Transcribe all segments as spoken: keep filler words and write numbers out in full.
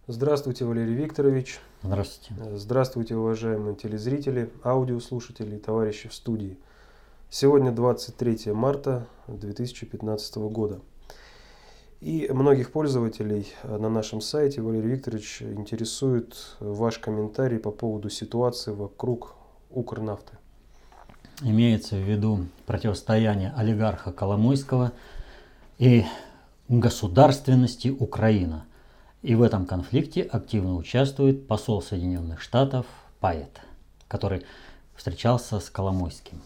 Здравствуйте, Валерий Викторович. Здравствуйте. Здравствуйте, уважаемые телезрители, аудиослушатели и товарищи в студии. Сегодня двадцать третье марта две тысячи пятнадцатого года. И многих пользователей на нашем сайте, Валерий Викторович, интересует ваш комментарий по поводу ситуации вокруг Укрнафты. Имеется в виду противостояние олигарха Коломойского и государственности Украины. И в этом конфликте активно участвует посол Соединенных Штатов Пайетт, который встречался с Коломойским.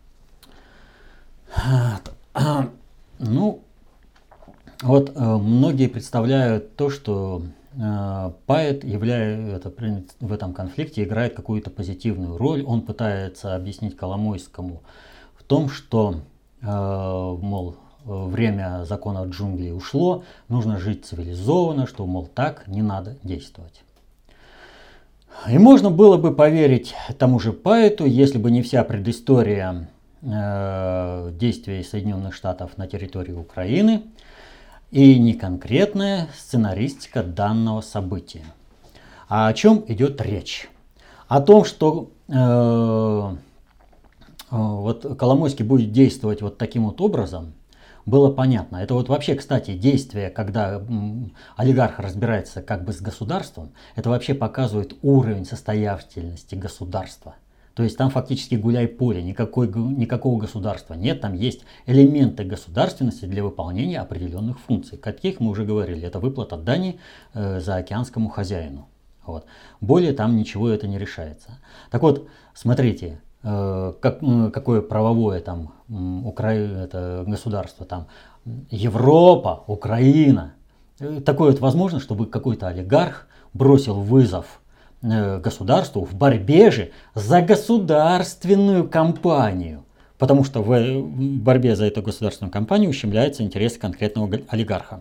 Ну, вот многие представляют то, что Пайетт является, в этом конфликте играет какую-то позитивную роль. Он пытается объяснить Коломойскому в том, что, мол, время закона джунглей ушло, нужно жить цивилизованно, что, мол, так не надо действовать. И можно было бы поверить тому же Пайетту, если бы не вся предыстория э, действий Соединенных Штатов на территории Украины и не конкретная сценаристика данного события. А о чем идет речь? О том, что э, вот Коломойский будет действовать вот таким вот образом, было понятно. Это вот вообще, кстати, действие, когда м, олигарх разбирается как бы с государством, это вообще показывает уровень состоятельности государства. То есть там фактически гуляй-поле, никакой, никакого государства нет, там есть элементы государственности для выполнения определенных функций. Каких мы уже говорили, это выплата дани э, заокеанскому хозяину. Вот. Более там ничего это не решается. Так вот, смотрите. Как, какое правовое там Укра... это государство, там Европа, Украина. Такое вот возможно, чтобы какой-то олигарх бросил вызов государству в борьбе же за государственную компанию. Потому что в борьбе за эту государственную компанию ущемляются интересы конкретного олигарха.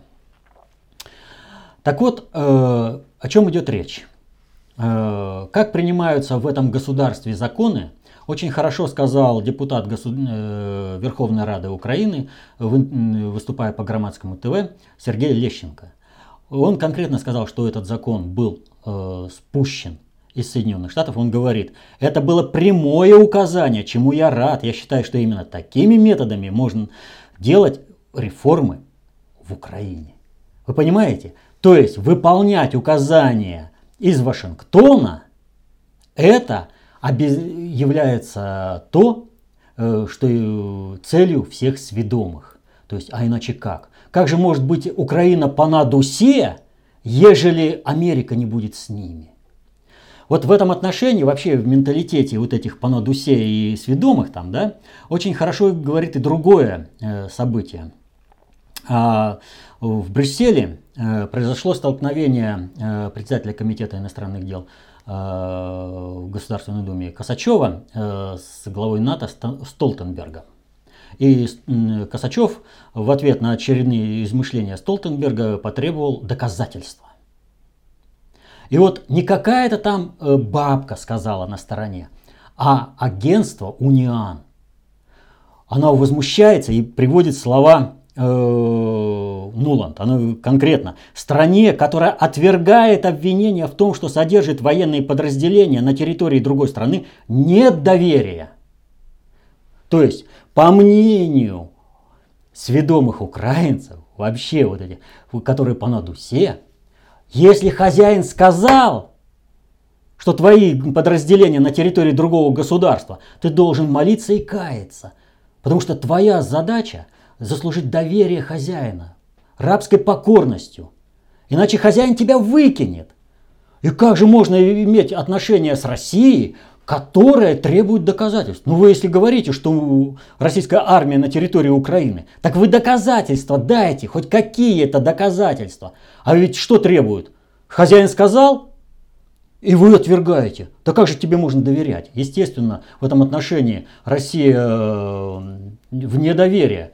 Так вот, о чем идет речь? Как принимаются в этом государстве законы? Очень хорошо сказал депутат Госуд... Верховной Рады Украины, выступая по Громадскому ТВ, Сергей Лещенко. Он конкретно сказал, что этот закон был э, спущен из Соединенных Штатов. Он говорит, это было прямое указание, чему я рад. Я считаю, что именно такими методами можно делать реформы в Украине. Вы понимаете? То есть выполнять указания из Вашингтона, это является то, что целью всех сведомых. То есть, а иначе как? Как же может быть Украина панадусе, ежели Америка не будет с ними? Вот в этом отношении, вообще в менталитете вот этих панадусе и сведомых там, да, очень хорошо говорит и другое э, событие. А в Брюсселе э, произошло столкновение э, председателя Комитета иностранных дел в Государственной Думе Косачева с главой НАТО Столтенберга. И Косачев в ответ на очередные измышления Столтенберга потребовал доказательства. И вот не какая-то там бабка сказала на стороне, а агентство Униан. Она возмущается и приводит слова Нуланд, оно конкретно. Стране, которая отвергает обвинения в том, что содержит военные подразделения на территории другой страны, нет доверия. То есть, по мнению сведомых украинцев, вообще вот эти, которые по надусе, если хозяин сказал, что твои подразделения на территории другого государства, ты должен молиться и каяться. Потому что твоя задача заслужить доверие хозяина рабской покорностью. Иначе хозяин тебя выкинет. И как же можно иметь отношения с Россией, которая требует доказательств? Ну вы если говорите, что российская армия на территории Украины, так вы доказательства дайте, хоть какие-то доказательства. А ведь что требует? Хозяин сказал, и вы отвергаете. Да как же тебе можно доверять? Естественно, в этом отношении Россия в недоверие.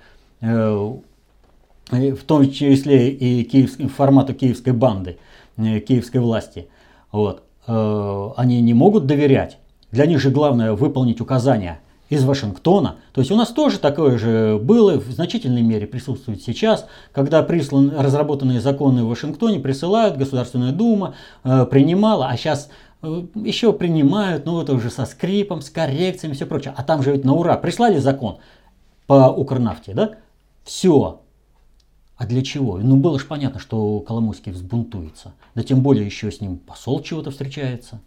В том числе и киевск, формату киевской банды, киевской власти. Вот. Они не могут доверять. Для них же главное выполнить указания из Вашингтона. То есть у нас тоже такое же было, в значительной мере присутствует сейчас, когда прислан, разработанные законы в Вашингтоне присылают, Государственная Дума э, принимала, а сейчас э, еще принимают, ну это уже со скрипом, с коррекциями, все прочее. А там же ведь на ура прислали закон по Укрнафте, да? Все. А для чего? Ну было же понятно, что Коломойский взбунтуется. Да тем более еще с ним посол чего-то встречается.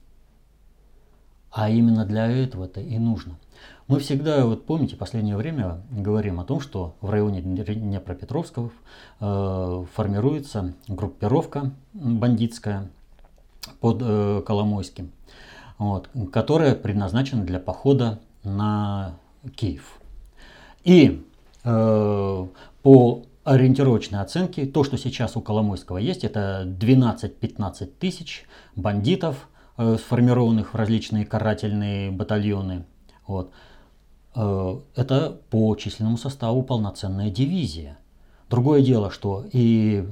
А именно для этого-то и нужно. Мы всегда, вот помните, в последнее время говорим о том, что в районе Днепропетровского э, формируется группировка бандитская под э, Коломойским, вот, которая предназначена для похода на Киев. И э, по ориентировочной оценке, то, что сейчас у Коломойского есть, это двенадцать-пятнадцать тысяч бандитов, э, сформированных в различные карательные батальоны. Вот. Это по численному составу полноценная дивизия. Другое дело, что и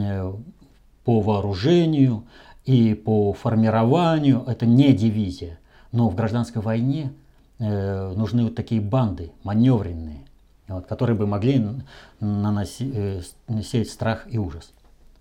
по вооружению, и по формированию это не дивизия. Но в гражданской войне нужны вот такие банды маневренные, вот, которые бы могли наносить, сеять страх и ужас.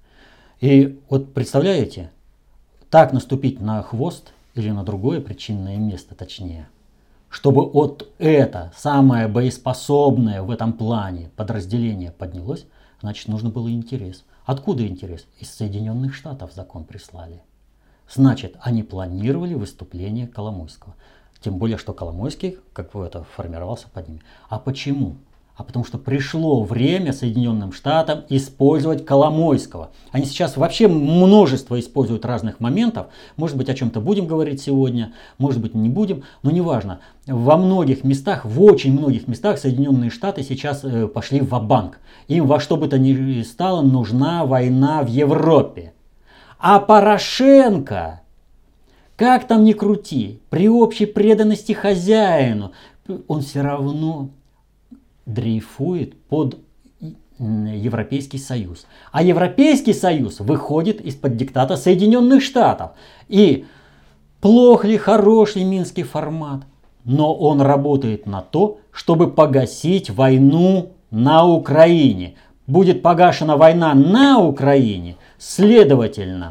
И вот представляете, так наступить на хвост или на другое причинное место, точнее, чтобы вот это самое боеспособное в этом плане подразделение поднялось, значит, нужно было интерес. Откуда интерес? Из Соединенных Штатов закон прислали. Значит, они планировали выступление Коломойского. Тем более, что Коломойский, как бы это, формировался под ними. А почему? А потому что пришло время Соединенным Штатам использовать Коломойского. Они сейчас вообще множество используют разных моментов. Может быть, о чем-то будем говорить сегодня, может быть, не будем, но неважно. Во многих местах, в очень многих местах Соединенные Штаты сейчас э, пошли ва-банк. Им во что бы то ни стало нужна война в Европе. А Порошенко, как там ни крути, при общей преданности хозяину, он все равно дрейфует под Европейский Союз. А Европейский Союз выходит из-под диктата Соединенных Штатов. И плох ли, хорош ли Минский формат, но он работает на то, чтобы погасить войну на Украине. Будет погашена война на Украине, следовательно,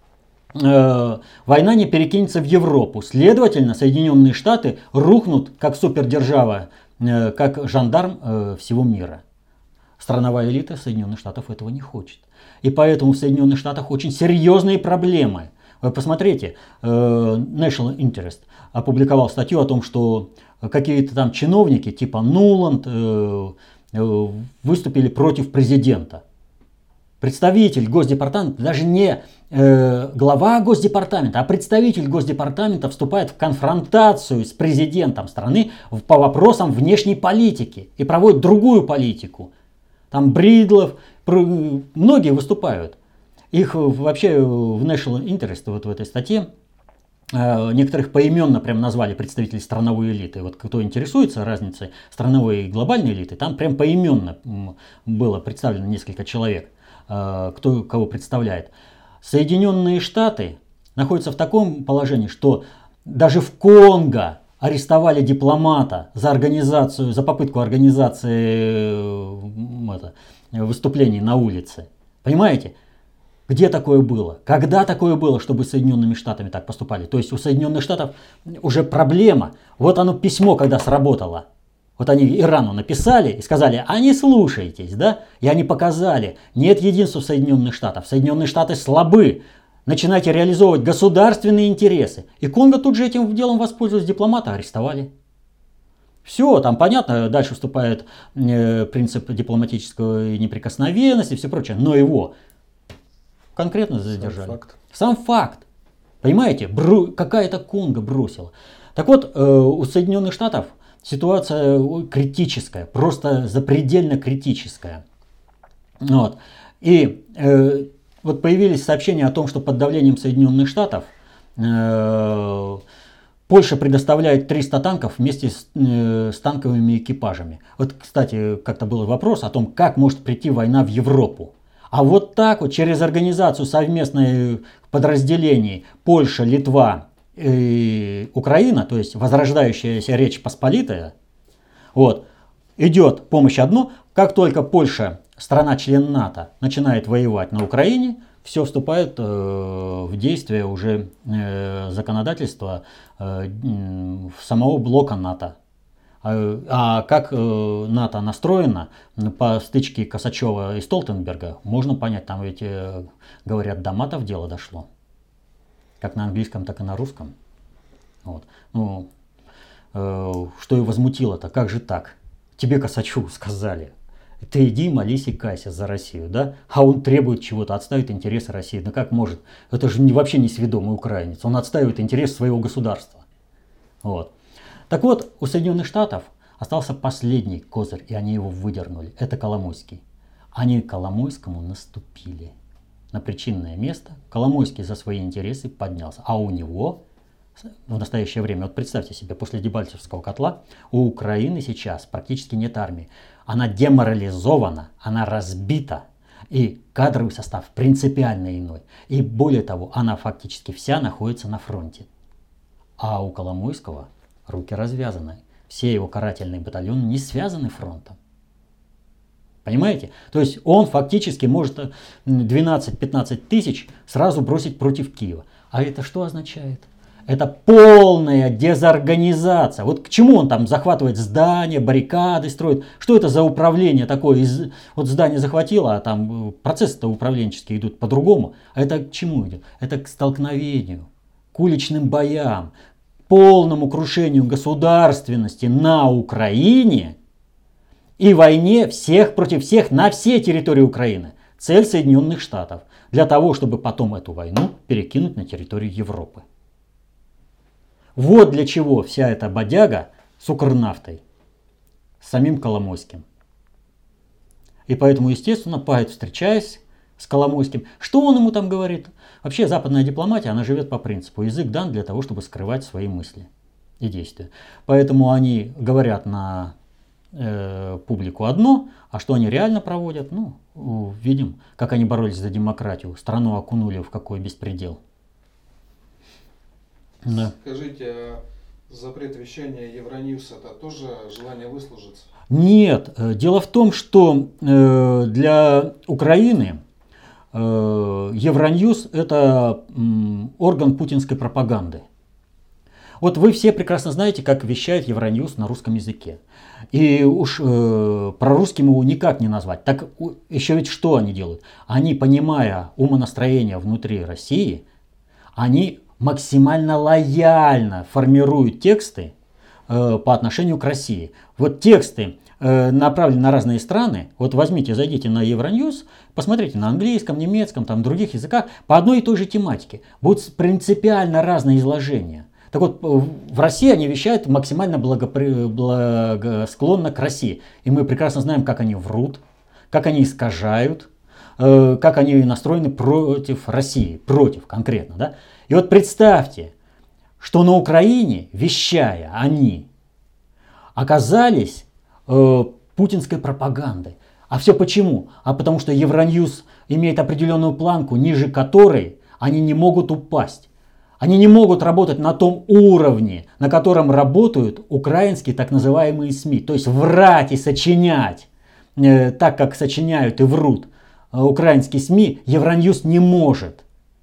э, война не перекинется в Европу. Следовательно, Соединенные Штаты рухнут как супердержава, как жандарм всего мира. Страновая элита Соединенных Штатов этого не хочет. И поэтому в Соединенных Штатах очень серьезные проблемы. Вы посмотрите, National Interest опубликовал статью о том, что какие-то там чиновники типа Нуланд выступили против президента. Представитель Госдепартамента, даже не э, глава Госдепартамента, а представитель Госдепартамента вступает в конфронтацию с президентом страны по вопросам внешней политики и проводит другую политику. Там Бридлов, многие выступают. Их вообще в National Interest, вот в этой статье, э, некоторых поименно прям назвали представителей страновой элиты. Вот кто интересуется разницей страновой и глобальной элиты, там прям поименно было представлено несколько человек. Кто кого представляет. Соединенные Штаты находятся в таком положении, что даже в Конго арестовали дипломата за организацию, за попытку организации это, выступлений на улице. Понимаете? Где такое было? Когда такое было, чтобы с Соединенными Штатами так поступали? То есть у Соединенных Штатов уже проблема. Вот оно письмо, когда сработало. Вот они Ирану написали и сказали, а не слушайтесь, да? И они показали, нет единства Соединенных Штатов. Соединенные Штаты слабы. Начинайте реализовывать государственные интересы. И Конго тут же этим делом воспользовались, дипломата арестовали. Все, там понятно, дальше вступает э, принцип дипломатической неприкосновенности и все прочее. Но его конкретно задержали. Сам факт. Сам факт. Понимаете, Бру... какая-то Конго бросила. Так вот, э, у Соединенных Штатов ситуация критическая, просто запредельно критическая. Вот. И э, вот появились сообщения о том, что под давлением Соединенных Штатов э, Польша предоставляет триста танков вместе с, э, с танковыми экипажами. Вот, кстати, как-то был вопрос о том, как может прийти война в Европу. А вот так вот, через организацию совместных подразделений Польша, Литва, Украина, то есть возрождающаяся Речь Посполитая, Вот. Идет помощь одно, как только Польша, страна-член НАТО, начинает воевать на Украине, все вступает э, в действие уже э, законодательства э, самого блока НАТО. А, а как э, НАТО настроено, по стычке Косачева и Столтенберга, можно понять, там ведь, э, говорят, до матов дело дошло. Как на английском, так и на русском. Вот. Ну, э, что и возмутило-то, как же так? Тебе Косачеву сказали. Ты иди, молись и кайся за Россию, да? А он требует чего-то, отставит интересы России. Да как может? Это же не, вообще не сведомый украинец. Он отстаивает интерес своего государства. Вот. Так вот, у Соединенных Штатов остался последний козырь, и они его выдернули. Это Коломойский. Они Коломойскому наступили на причинное место. Коломойский за свои интересы поднялся. А у него в настоящее время, вот представьте себе, после Дебальцевского котла у Украины сейчас практически нет армии. Она деморализована, она разбита, и кадровый состав принципиально иной. И более того, она фактически вся находится на фронте. А у Коломойского руки развязаны. Все его карательные батальоны не связаны фронтом. Понимаете? То есть он фактически может двенадцать-пятнадцать тысяч сразу бросить против Киева. А это что означает? Это полная дезорганизация. Вот к чему он там захватывает здания, баррикады строит? Что это за управление такое? Из, вот здание захватило, а там процессы-то управленческие идут по-другому. А это к чему идет? Это к столкновению, к уличным боям, полному крушению государственности на Украине и войне всех против всех на всей территории Украины. Цель Соединенных Штатов. Для того, чтобы потом эту войну перекинуть на территорию Европы. Вот для чего вся эта бодяга с Укрнафтой, с самим Коломойским. И поэтому, естественно, Пайт, встречаясь с Коломойским, что он ему там говорит? Вообще западная дипломатия, она живет по принципу: язык дан для того, чтобы скрывать свои мысли и действия. Поэтому они говорят на э, публику одно, а что они реально проводят, ну, видим, как они боролись за демократию. Страну окунули в какой беспредел. Да. Скажите, а запрет вещания Евроньюс — это тоже желание выслужиться? Нет. Дело в том, что э, для Украины э, Евроньюс — это э, орган путинской пропаганды. Вот вы все прекрасно знаете, как вещает Евроньюс на русском языке. И уж э, прорусским его никак не назвать. Так еще ведь что они делают? Они, понимая умонастроение внутри России, они максимально лояльно формируют тексты э, по отношению к России. Вот тексты э, направлены на разные страны. Вот возьмите, зайдите на Евроньюс, посмотрите на английском, немецком, там, других языках, по одной и той же тематике. Будут принципиально разные изложения. Так вот, в России они вещают максимально благопри... благосклонно к России. И мы прекрасно знаем, как они врут, как они искажают, э, как они настроены против России, против конкретно, да? И вот представьте, что на Украине, вещая, они оказались э, путинской пропагандой. А все почему? А потому что Евроньюс имеет определенную планку, ниже которой они не могут упасть. Они не могут работать на том уровне, на котором работают украинские так называемые СМИ. То есть врать и сочинять э, так, как сочиняют и врут э, украинские СМИ, Евроньюс не может.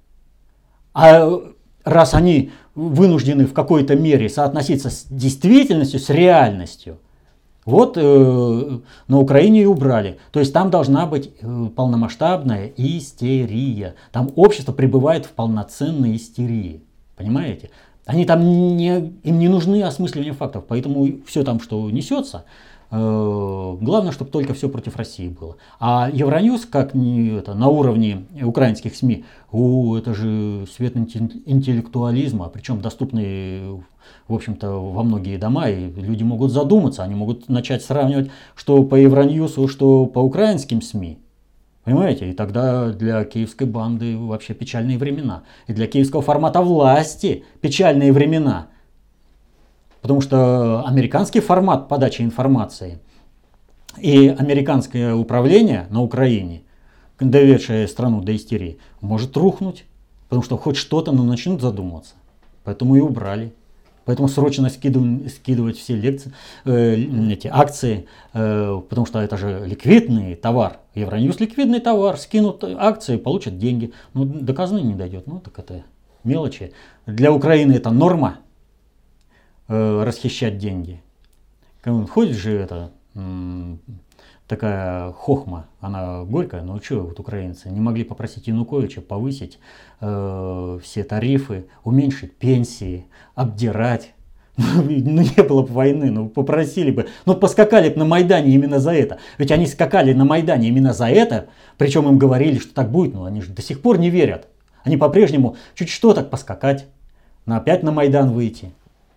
А раз они вынуждены в какой-то мере соотноситься с действительностью, с реальностью, вот э, на Украине и убрали. То есть там должна быть э, полномасштабная истерия. Там общество пребывает в полноценной истерии. Понимаете? Они там не, им не нужны осмысливания фактов. Поэтому все там, что несется, э, главное, чтобы только все против России было. А Евроньюс, как не, это, на уровне украинских СМИ, о, это же свет интеллектуализма, причем доступный, в общем-то, во многие дома, и люди могут задуматься, они могут начать сравнивать, что по Евроньюсу, что по украинским СМИ. Понимаете? И тогда для киевской банды вообще печальные времена. И для киевского формата власти печальные времена. Потому что американский формат подачи информации и американское управление на Украине, доведшее страну до истерии, может рухнуть. Потому что хоть что-то, но начнут задумываться. Поэтому и убрали. Поэтому срочно скидывать, скидывать все лекции, э, эти акции, э, потому что это же ликвидный товар. Евроньюз ликвидный товар, скинут акции, получат деньги. Ну, до казны не дойдет. Ну, так это мелочи. Для Украины это норма, э, расхищать деньги. Ходит же это, м, такая хохма, она горькая, но что вот украинцы не могли попросить Януковича повысить э, все тарифы, уменьшить пенсии, обдирать. Ну, не было бы войны, ну попросили бы, ну поскакали бы на Майдане именно за это. Ведь они скакали на Майдане именно за это, причем им говорили, что так будет, но они же до сих пор не верят. Они по-прежнему чуть что так поскакать, но опять на Майдан выйти.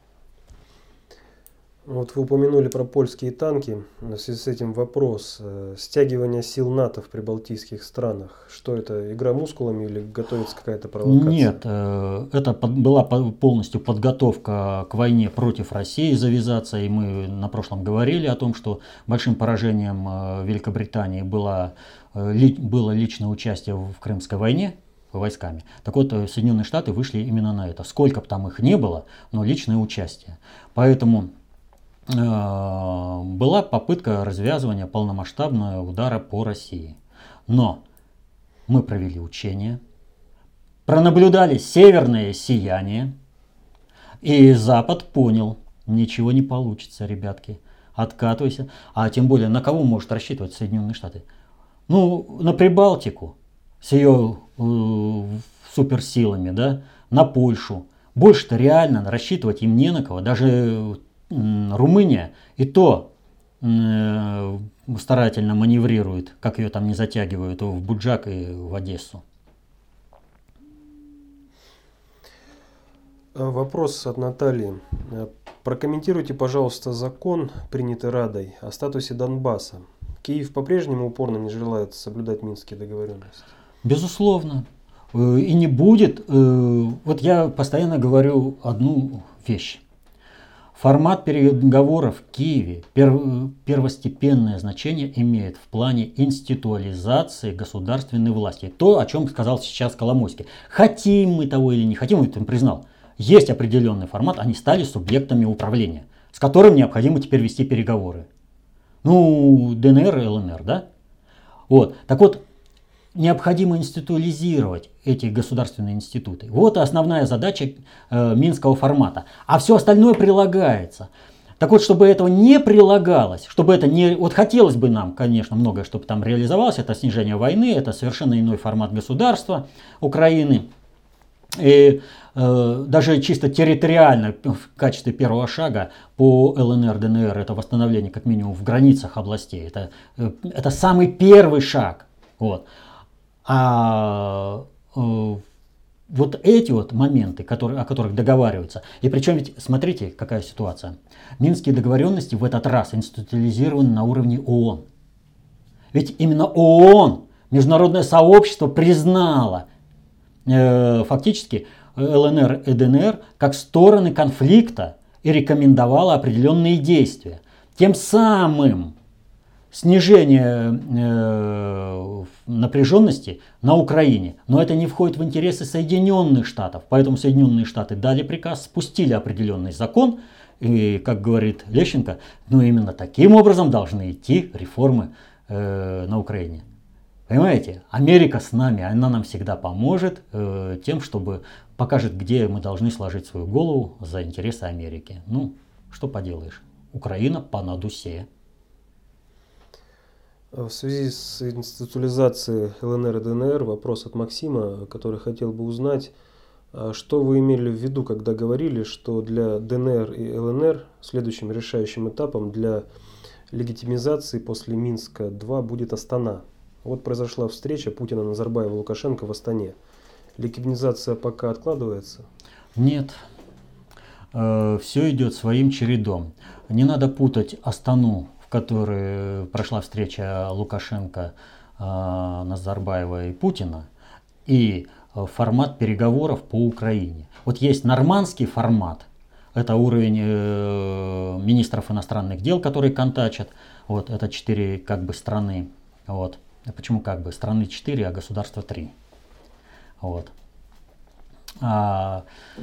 Вот вы упомянули про польские танки. В связи с этим вопрос. Стягивание сил НАТО в прибалтийских странах. Что это, игра мускулами или готовится какая-то провокация? Нет, это была полностью подготовка к войне против России завязаться. И мы на прошлом говорили о том, что большим поражением Великобритании было, было личное участие в Крымской войне войсками. Так вот, Соединенные Штаты вышли именно на это. Сколько бы там их не было, но личное участие. Поэтому была попытка развязывания полномасштабного удара по России. Но мы провели учения, пронаблюдали северное сияние, и Запад понял, ничего не получится, ребятки, откатывайся. А тем более, на кого может рассчитывать Соединенные Штаты? Ну, на Прибалтику с ее э, суперсилами, да, на Польшу. Больше-то реально рассчитывать им не на кого, даже Румыния и то э, старательно маневрирует, как ее там не затягивают в Буджак и в Одессу. Вопрос от Натальи. Прокомментируйте, пожалуйста, закон, принятый Радой, о статусе Донбасса. Киев по-прежнему упорно не желает соблюдать минские договоренности? Безусловно. И не будет. Вот я постоянно говорю одну вещь. Формат переговоров в Киеве первостепенное значение имеет в плане институализации государственной власти. То, о чем сказал сейчас Коломойский. Хотим мы того или не хотим, он это признал. Есть определенный формат, они стали субъектами управления, с которым необходимо теперь вести переговоры. Ну, ДНР и ЛНР, да? Вот. Так вот, необходимо институализировать эти государственные институты. Вот основная задача э, минского формата. А все остальное прилагается. Так вот, чтобы этого не прилагалось, чтобы это не... Вот хотелось бы нам, конечно, многое, чтобы там реализовалось. Это снижение войны, это совершенно иной формат государства Украины. И э, даже чисто территориально в качестве первого шага по ЛНР, ДНР это восстановление как минимум в границах областей. Это, э, это самый первый шаг. Вот. А э, вот эти вот моменты, которые, о которых договариваются, и причем ведь смотрите, какая ситуация. Минские договоренности в этот раз институализированы на уровне ООН. Ведь именно ООН, международное сообщество, признало э, фактически ЛНР и ДНР как стороны конфликта и рекомендовало определенные действия. Тем самым снижение э, напряженности на Украине. Но это не входит в интересы Соединенных Штатов. Поэтому Соединенные Штаты дали приказ, спустили определенный закон. И, как говорит Лещенко, ну именно таким образом должны идти реформы э, на Украине. Понимаете, Америка с нами, она нам всегда поможет э, тем, чтобы покажет, где мы должны сложить свою голову за интересы Америки. Ну, что поделаешь. Украина понад усе. В связи с институализацией ЛНР и ДНР вопрос от Максима, который хотел бы узнать, что вы имели в виду, когда говорили, что для ДНР и ЛНР следующим решающим этапом для легитимизации после Минска-два будет Астана. Вот произошла встреча Путина, Назарбаева, Лукашенко в Астане. Легитимизация пока откладывается? Нет. Все идет своим чередом. Не надо путать Астану, в которой прошла встреча Лукашенко, Назарбаева и Путина, и формат переговоров по Украине. Вот есть нормандский формат, это уровень э, министров иностранных дел, которые контачат, вот, это четыре как бы страны, вот. Почему как бы? Страны четыре, а государства три. Вот. А,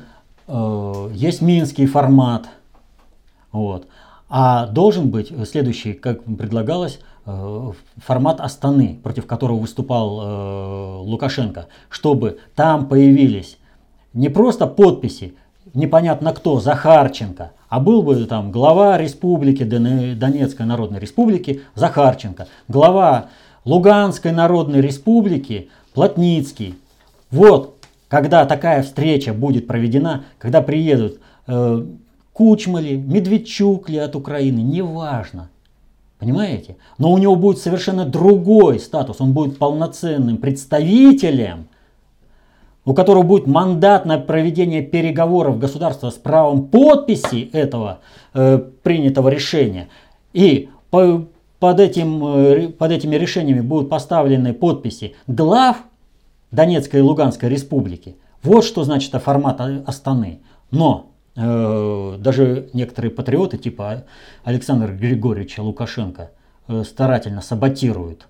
э, есть минский формат. Вот. А должен быть следующий, как предлагалось, э, формат Астаны, против которого выступал э, Лукашенко, чтобы там появились не просто подписи, непонятно кто, Захарченко, а был бы там глава республики, Донецкой Народной Республики Захарченко, глава Луганской Народной Республики Плотницкий. Вот, когда такая встреча будет проведена, когда приедут э, Кучма ли, Медведчук ли от Украины, неважно. Понимаете? Но у него будет совершенно другой статус. Он будет полноценным представителем, у которого будет мандат на проведение переговоров государства с правом подписи этого э, принятого решения. И по, под, этим, э, под этими решениями будут поставлены подписи глав Донецкой и Луганской республики. Вот что значит формат Астаны. Но э, даже некоторые патриоты типа Александра Григорьевича Лукашенко э, старательно саботируют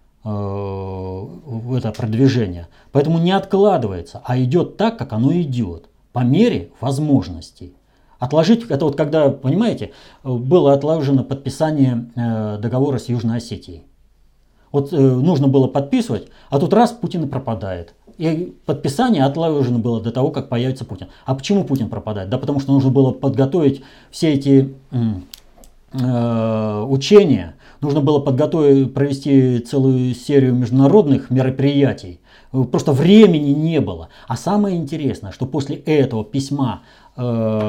это продвижение. Поэтому не откладывается, а идет так, как оно идет, по мере возможностей. Отложить, это вот когда, понимаете, было отложено подписание договора с Южной Осетией. Вот нужно было подписывать, а тут раз Путин и пропадает. И подписание отложено было до того, как появится Путин. А почему Путин пропадает? Да потому что нужно было подготовить все эти э, учения, нужно было подготовить, провести целую серию международных мероприятий. Просто времени не было. А самое интересное, что после этого письма э,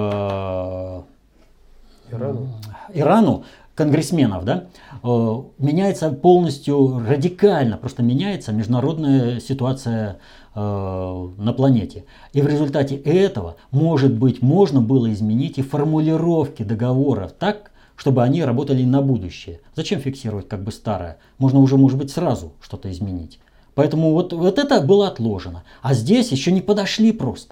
Ирану. Ирану конгрессменов, да, э, меняется полностью радикально, просто меняется международная ситуация э, на планете. И в результате этого, может быть, можно было изменить и формулировки договоров так, чтобы они работали на будущее. Зачем фиксировать как бы старое? Можно уже, может быть, сразу что-то изменить. Поэтому вот, вот это было отложено. А здесь еще не подошли просто.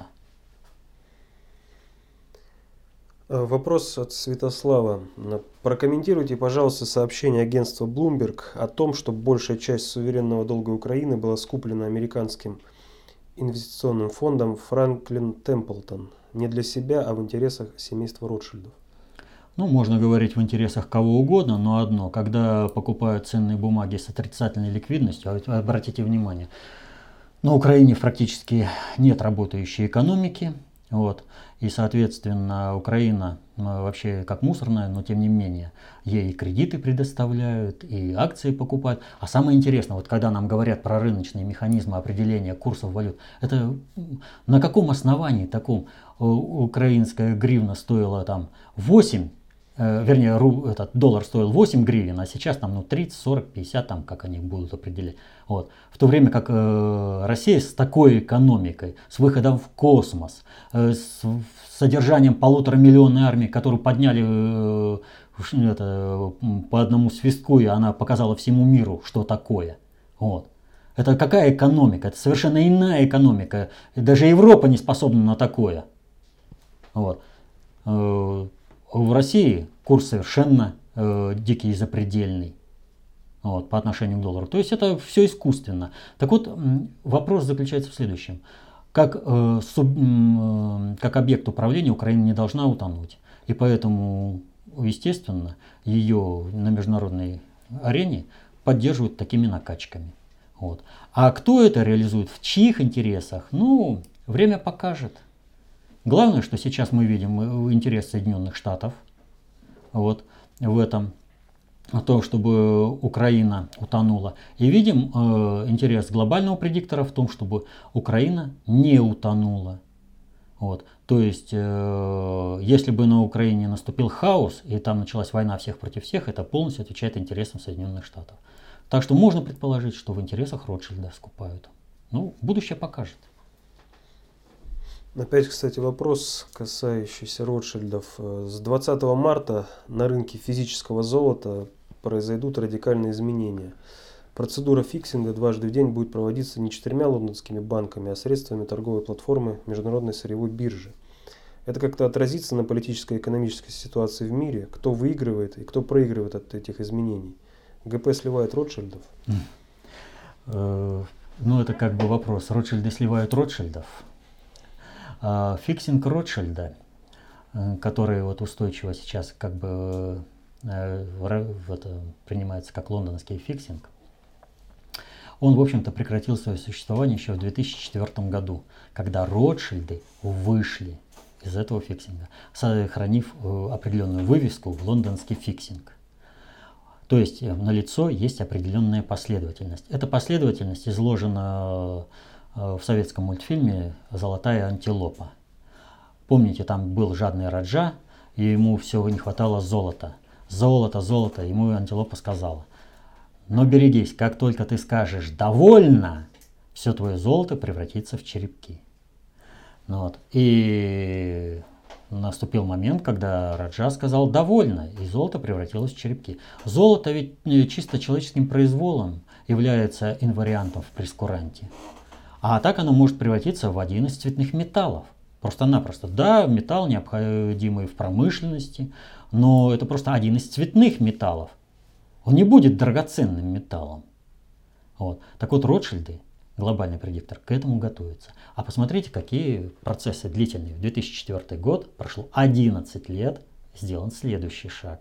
Вопрос от Святослава. Прокомментируйте, пожалуйста, сообщение агентства Bloomberg о том, что большая часть суверенного долга Украины была скуплена американским инвестиционным фондом Franklin Templeton. Не для себя, а в интересах семейства Ротшильдов. Ну, можно говорить в интересах кого угодно, но одно, когда покупают ценные бумаги с отрицательной ликвидностью, обратите внимание, на Украине практически нет работающей экономики, вот, и, соответственно, Украина ну, вообще как мусорная, но тем не менее, ей кредиты предоставляют, и акции покупают. А самое интересное, вот когда нам говорят про рыночные механизмы определения курсов валют, это на каком основании таком украинская гривна стоила там восемь, вернее, ру, этот доллар стоил восемь гривен, а сейчас там ну, тридцать, сорок, пятьдесят, там, как они будут определять. Вот. В то время как э, Россия с такой экономикой, с выходом в космос, э, с содержанием полутора миллионной армии, которую подняли э, это, по одному свистку, и она показала всему миру, что такое. Вот. Это какая экономика? Это совершенно иная экономика. Даже Европа не способна на такое. Вот. В России курс совершенно э, дикий и запредельный вот, по отношению к доллару. То есть это все искусственно. Так вот, вопрос заключается в следующем. Как, э, суб, э, как объект управления Украина не должна утонуть. И поэтому, естественно, ее на международной арене поддерживают такими накачками. Вот. А кто это реализует, в чьих интересах, ну, время покажет. Главное, что сейчас мы видим интерес Соединенных Штатов вот, в этом, в том, чтобы Украина утонула. И видим э, интерес глобального предиктора в том, чтобы Украина не утонула. Вот. То есть, э, если бы на Украине наступил хаос, и там началась война всех против всех, это полностью отвечает интересам Соединенных Штатов. Так что можно предположить, что в интересах Ротшильда скупают. Ну, будущее покажет. Опять, кстати, вопрос, касающийся Ротшильдов. С двадцатого марта на рынке физического золота произойдут радикальные изменения. Процедура фиксинга дважды в день будет проводиться не четырьмя лондонскими банками, а средствами торговой платформы Международной сырьевой биржи. Это как-то отразится на политической и экономической ситуации в мире? Кто выигрывает и кто проигрывает от этих изменений? ГП сливает Ротшильдов? Ну, это как бы вопрос. Ротшильды сливают Ротшильдов. Фиксинг Ротшильда, который вот устойчиво сейчас как бы это, принимается как лондонский фиксинг, он, в общем-то, прекратил свое существование еще в две тысячи четвёртом году, когда Ротшильды вышли из этого фиксинга, сохранив определенную вывеску в лондонский фиксинг. То есть налицо есть определенная последовательность. Эта последовательность изложена в советском мультфильме «Золотая антилопа». Помните, там был жадный Раджа, и ему все не хватало золота. Золото, золото, ему антилопа сказала: но берегись, как только ты скажешь «довольно», все твое золото превратится в черепки. Ну вот. И наступил момент, когда Раджа сказал «довольно», и золото превратилось в черепки. Золото ведь чисто человеческим произволом является инвариантом в прескуранте. А так оно может превратиться в один из цветных металлов. Просто-напросто. Да, металл необходимый в промышленности, но это просто один из цветных металлов. Он не будет драгоценным металлом. Вот. Так вот, Ротшильды, глобальный предиктор, к этому готовится. А посмотрите, какие процессы длительные. В две тысячи четвёртый год, прошло одиннадцать лет, сделан следующий шаг.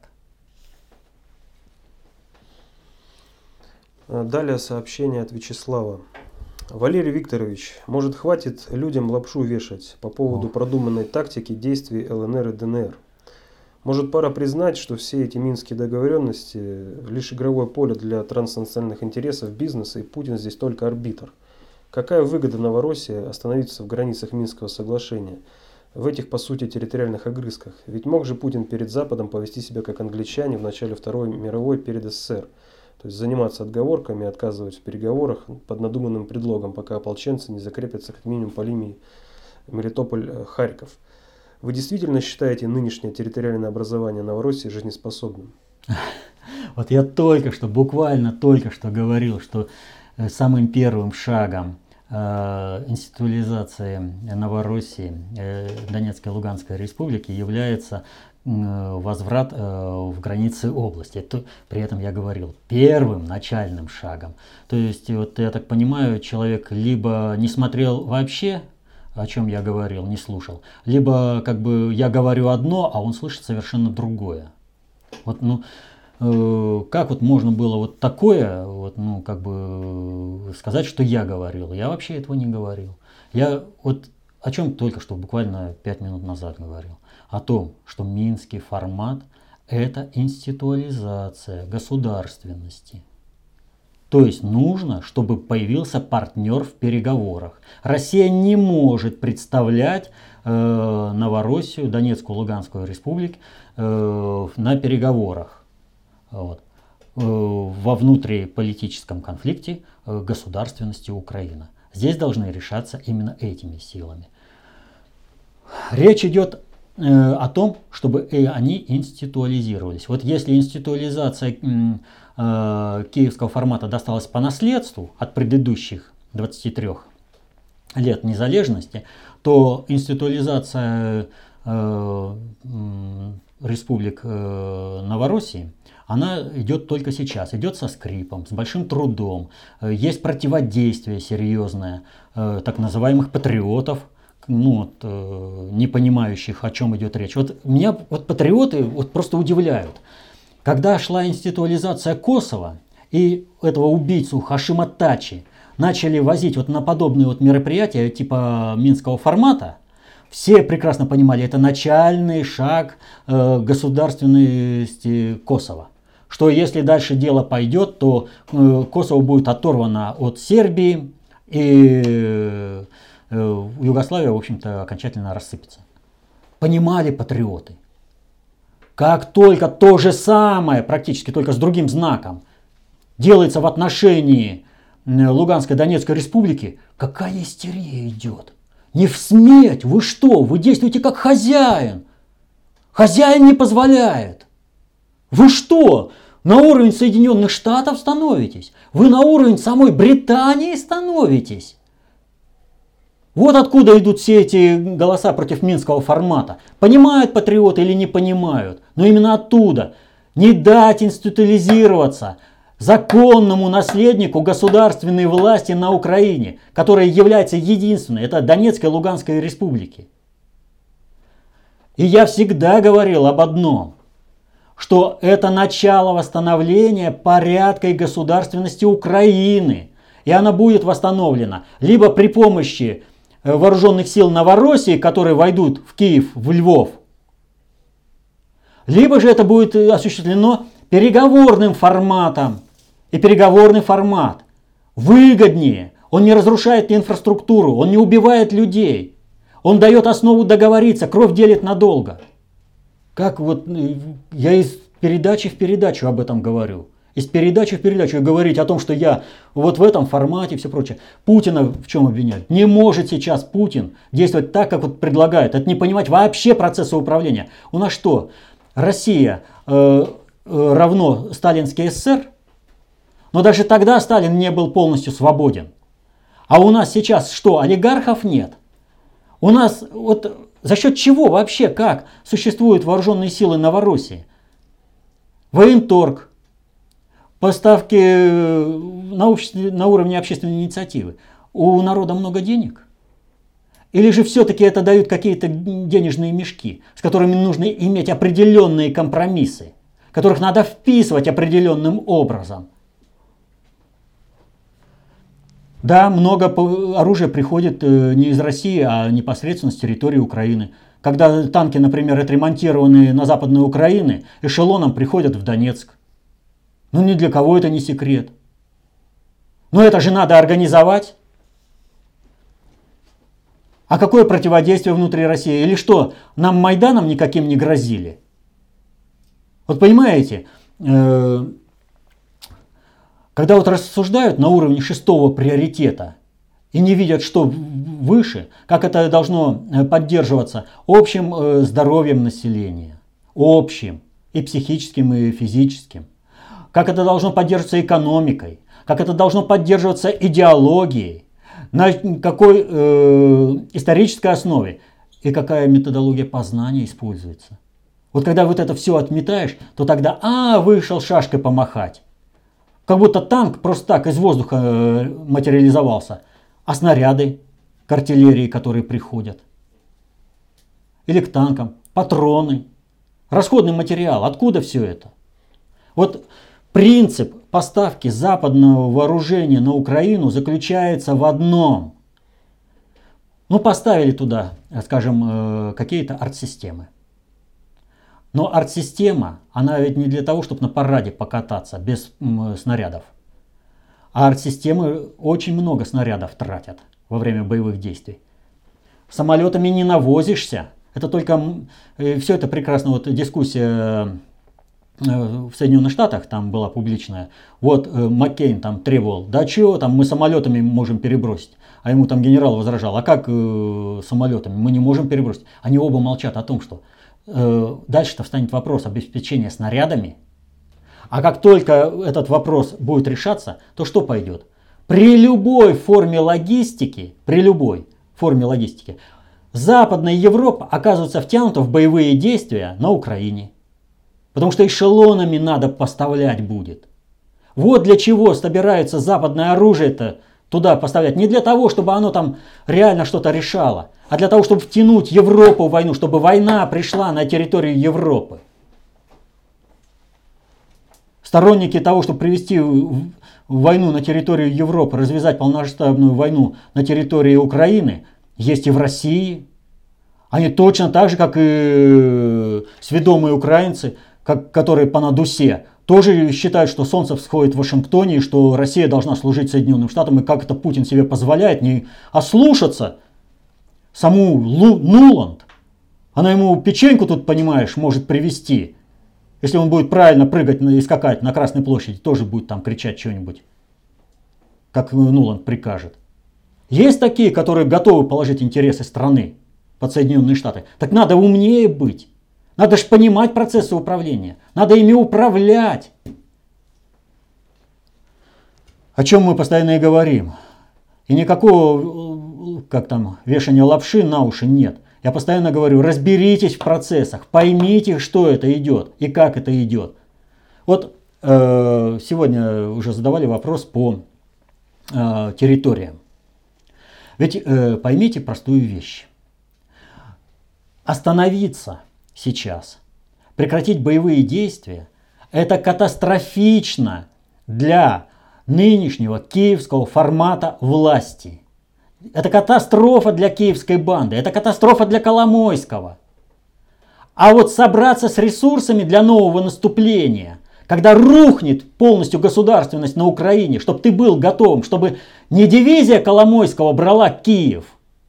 Далее сообщение от Вячеслава. Валерий Викторович, может, хватит людям лапшу вешать по поводу продуманной тактики действий ЛНР и ДНР? Может, пора признать, что все эти минские договоренности лишь игровое поле для транснациональных интересов бизнеса, и Путин здесь только арбитр? Какая выгода Новороссии остановиться в границах Минского соглашения, в этих, по сути, территориальных огрызках? Ведь мог же Путин перед Западом повести себя как англичане в начале Второй мировой перед СССР. То есть заниматься отговорками, отказывать в переговорах под надуманным предлогом, пока ополченцы не закрепятся как минимум по линии Мелитополь-Харьков. Вы действительно считаете нынешнее территориальное образование Новороссии жизнеспособным? Вот я только что, буквально только что говорил, что самым первым шагом э, институализации Новороссии, э, Донецкой и Луганской республики является возврат э, в границы области. Это, при этом я говорил первым начальным шагом. То есть, вот я так понимаю, человек либо не смотрел вообще, о чем я говорил, не слушал, либо как бы я говорю одно, а он слышит совершенно другое. Вот, ну, э, как вот можно было вот такое, вот, ну, как бы сказать, что я говорил? Я вообще этого не говорил. Я вот о чем только что буквально пять минут назад говорил. О том, что минский формат – это институализация государственности. То есть нужно, чтобы появился партнер в переговорах. Россия не может представлять э, Новороссию, Донецкую, Луганскую республики э, на переговорах. Вот. Э, во внутриполитическом конфликте э, государственности Украины. Здесь должны решаться именно этими силами. Речь идет о том, чтобы они институализировались. Вот если институализация э, киевского формата досталась по наследству от предыдущих двадцати трёх лет незалежности, то институализация э, республик э, Новороссии, она идет только сейчас, идет со скрипом, с большим трудом. Есть противодействие серьезное э, так называемых патриотов, ну, вот, э, не понимающих, о чем идет речь. Вот меня вот патриоты вот просто удивляют. Когда шла институализация Косово и этого убийцу Хашима Тачи начали возить вот на подобные вот мероприятия типа минского формата, все прекрасно понимали, это начальный шаг э, государственности Косово. Что если дальше дело пойдет, то э, Косово будет оторвано от Сербии и э, Югославия, в общем-то, окончательно рассыпется. Понимали патриоты. Как только то же самое, практически только с другим знаком, делается в отношении Луганской Донецкой республики, какая истерия идет. Не всметь, вы что, вы действуете как хозяин. Хозяин не позволяет. Вы что, на уровень Соединенных Штатов становитесь? Вы на уровень самой Британии становитесь? Вот откуда идут все эти голоса против минского формата. Понимают патриоты или не понимают, но именно оттуда. Не дать институализироваться законному наследнику государственной власти на Украине, которая является единственной, это Донецкой и Луганской республики. И я всегда говорил об одном, что это начало восстановления порядка и государственности Украины. И она будет восстановлена либо при помощи вооруженных сил Новороссии, которые войдут в Киев, в Львов, либо же это будет осуществлено переговорным форматом. И переговорный формат выгоднее. Он не разрушает инфраструктуру, он не убивает людей. Он дает основу договориться, кровь делит надолго. Как вот я из передачи в передачу об этом говорю. Из передачи в передачу говорить о том, что я вот в этом формате и все прочее. Путина в чем обвиняют? Не может сейчас Путин действовать так, как вот предлагает. Это не понимать вообще процесса управления. У нас что? Россия э, равно сталинский СССР? Но даже тогда Сталин не был полностью свободен. А у нас сейчас что? Олигархов нет. У нас вот за счет чего вообще, как существуют вооруженные силы Новороссии? Военторг, поставки на, обще... на уровне общественной инициативы. У народа много денег? Или же все-таки это дают какие-то денежные мешки, с которыми нужно иметь определенные компромиссы, которых надо вписывать определенным образом? Да, много оружия приходит не из России, а непосредственно с территории Украины. Когда танки, например, отремонтированные на Западной Украине, эшелоном приходят в Донецк. Ну, ни для кого это не секрет. Но это же надо организовать. А какое противодействие внутри России? Или что, нам Майданом никаким не грозили? Вот понимаете, э когда вот рассуждают на уровне шестого приоритета и не видят, что выше, как это должно поддерживаться общим здоровьем населения, общим и психическим, и физическим, как это должно поддерживаться экономикой, как это должно поддерживаться идеологией, на какой э, исторической основе и какая методология познания используется. Вот когда вот это все отметаешь, то тогда, а, вышел шашкой помахать. Как будто танк просто так из воздуха материализовался. А снаряды к артиллерии, которые приходят. Или к танкам. Патроны. Расходный материал. Откуда все это? Вот принцип поставки западного вооружения на Украину заключается в одном. Ну, поставили туда, скажем, какие-то арт-системы. Но арт-система, она ведь не для того, чтобы на параде покататься без м, снарядов. А арт-системы очень много снарядов тратят во время боевых действий. Самолетами не навозишься. Это только, э, все это прекрасно, вот дискуссия э, в Соединенных Штатах там была публичная. Вот э, Маккейн там требовал, да чего там мы самолетами можем перебросить. А ему там генерал возражал, а как э, самолетами? Мы не можем перебросить. Они оба молчат о том, что дальше-то встанет вопрос обеспечения снарядами. А как только этот вопрос будет решаться, то что пойдет? При любой форме логистики, при любой форме логистики, Западная Европа оказывается втянута в боевые действия на Украине. Потому что эшелонами надо поставлять будет. Вот для чего собирается западное оружие-то туда поставлять. Не для того, чтобы оно там реально что-то решало, а для того, чтобы втянуть Европу в войну, чтобы война пришла на территорию Европы. Сторонники того, чтобы привести войну на территорию Европы, развязать полномасштабную войну на территории Украины, есть и в России. Они точно так же, как и сведомые украинцы, как, которые по надусе, тоже считают, что солнце всходит в Вашингтоне, и что Россия должна служить Соединенным Штатам, и как это Путин себе позволяет не ослушаться саму Лу, Нуланд. Она ему печеньку тут, понимаешь, может привезти. Если он будет правильно прыгать и скакать на Красной площади, тоже будет там кричать что-нибудь, как Нуланд прикажет. Есть такие, которые готовы положить интересы страны под Соединенные Штаты. Так надо умнее быть. Надо же понимать процессы управления. Надо ими управлять. О чем мы постоянно и говорим. И никакого, как там, вешания лапши на уши нет. Я постоянно говорю, разберитесь в процессах, поймите, что это идет и как это идет. Вот э, сегодня уже задавали вопрос по э, территориям. Ведь э, поймите простую вещь. Остановиться сейчас, прекратить боевые действия, это катастрофично для нынешнего киевского формата власти. Это катастрофа для киевской банды, это катастрофа для Коломойского. А вот собраться с ресурсами для нового наступления, когда рухнет полностью государственность на Украине, чтобы ты был готовым, чтобы не дивизия Коломойского брала Киев,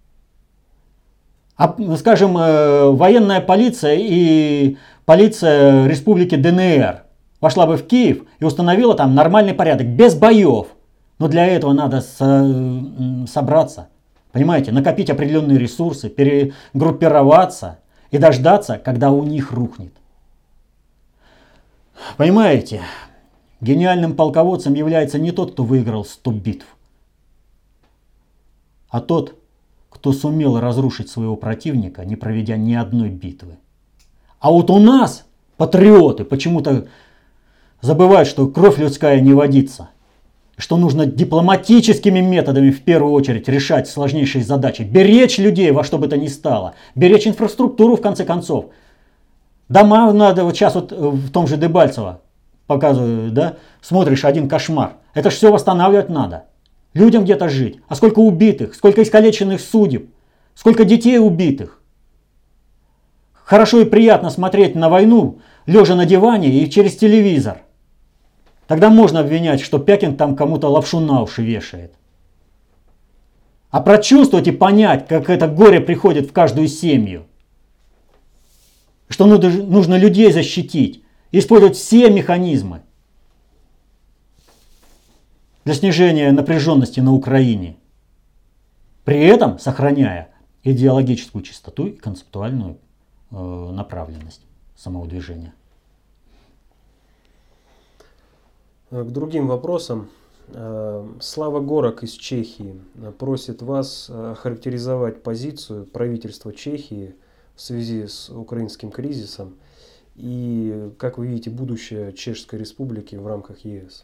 а, скажем, военная полиция и полиция Республики ДНР вошла бы в Киев и установила там нормальный порядок, без боев. Но для этого надо со- собраться, понимаете, накопить определенные ресурсы, перегруппироваться и дождаться, когда у них рухнет. Понимаете, гениальным полководцем является не тот, кто выиграл сто битв, а тот, кто сумел разрушить своего противника, не проведя ни одной битвы. А вот у нас патриоты почему-то забывают, что кровь людская не водится, что нужно дипломатическими методами в первую очередь решать сложнейшие задачи, беречь людей во что бы то ни стало, беречь инфраструктуру в конце концов. Дома надо, вот сейчас вот в том же Дебальцево показываю, да, смотришь, один кошмар. Это ж все восстанавливать надо. Людям где-то жить. А сколько убитых, сколько искалеченных судеб, сколько детей убитых. Хорошо и приятно смотреть на войну, лежа на диване и через телевизор. Тогда можно обвинять, что Пякин там кому-то лапшу на уши вешает. А прочувствовать и понять, как это горе приходит в каждую семью. Что нужно людей защитить, использовать все механизмы для снижения напряженности на Украине, при этом сохраняя идеологическую чистоту и концептуальную э, направленность самого движения. К другим вопросам. Слава Горок из Чехии просит вас охарактеризовать позицию правительства Чехии в связи с украинским кризисом и как вы видите будущее Чешской Республики в рамках ЕС.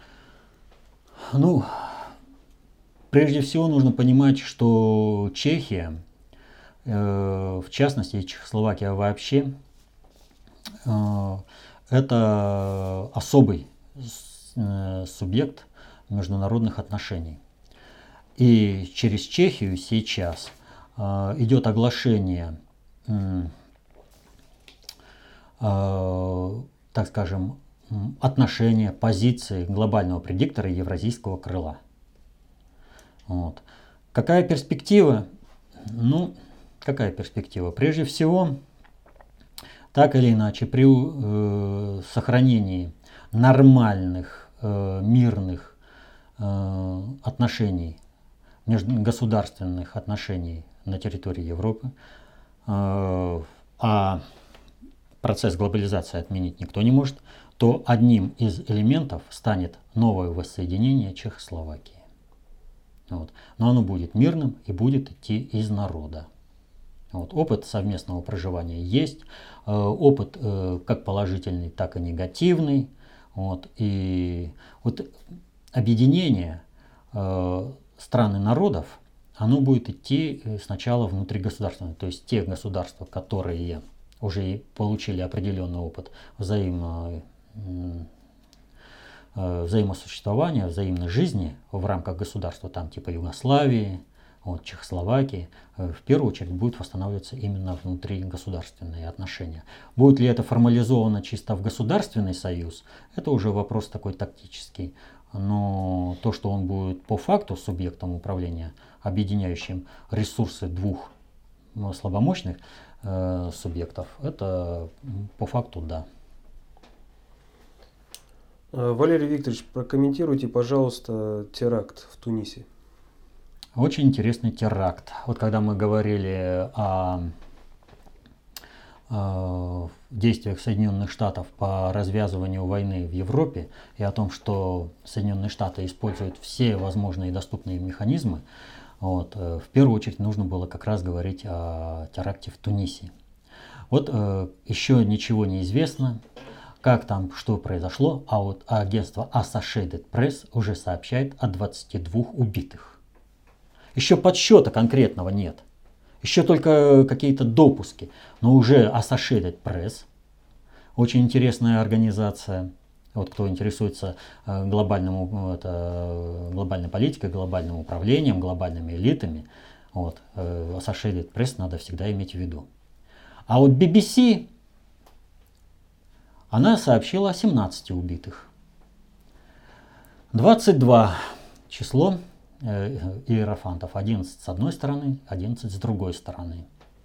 Ну, прежде всего нужно понимать, что Чехия, э, в частности и Чехословакия вообще, э, это особый э, субъект международных отношений. И через Чехию сейчас э, идет оглашение, э, э, так скажем, отношения, позиции глобального предиктора евразийского крыла. Вот. Какая перспектива? Ну, какая перспектива? Прежде всего, так или иначе, при э, сохранении нормальных, э, мирных э, отношений, межгосударственных отношений на территории Европы, э, а процесс глобализации отменить никто не может, то одним из элементов станет новое воссоединение Чехословакии. Вот. Но оно будет мирным и будет идти из народа. Вот. Опыт совместного проживания есть, э, опыт э, как положительный, так и негативный. Вот. И вот объединение э, стран и народов, оно будет идти сначала внутригосударственно, то есть те государства, которые уже получили определенный опыт взаимного взаимосуществования, взаимной жизни в рамках государства, там типа Югославии, вот, Чехословакии, в первую очередь будут восстанавливаться именно внутригосударственные отношения. Будет ли это формализовано чисто в государственный союз, это уже вопрос такой тактический. Но то, что он будет по факту субъектом управления, объединяющим ресурсы двух ну, слабомощных э, субъектов, это по факту да. Валерий Викторович, прокомментируйте, пожалуйста, теракт в Тунисе. Очень интересный теракт. Вот когда мы говорили о, о действиях Соединенных Штатов по развязыванию войны в Европе и о том, что Соединенные Штаты используют все возможные доступные механизмы, вот, в первую очередь нужно было как раз говорить о теракте в Тунисе. Вот еще ничего не известно. как там, что произошло, а вот агентство Associated Press уже сообщает о двадцати двух убитых. Еще подсчета конкретного нет. Еще только какие-то допуски. Но уже Associated Press, очень интересная организация, вот кто интересуется глобальным, это, глобальной политикой, глобальным управлением, глобальными элитами, вот, Associated Press надо всегда иметь в виду. А вот би би си, она сообщила о семнадцати убитых. двадцать два число иерофантов. одиннадцать с одной стороны, одиннадцать с другой стороны.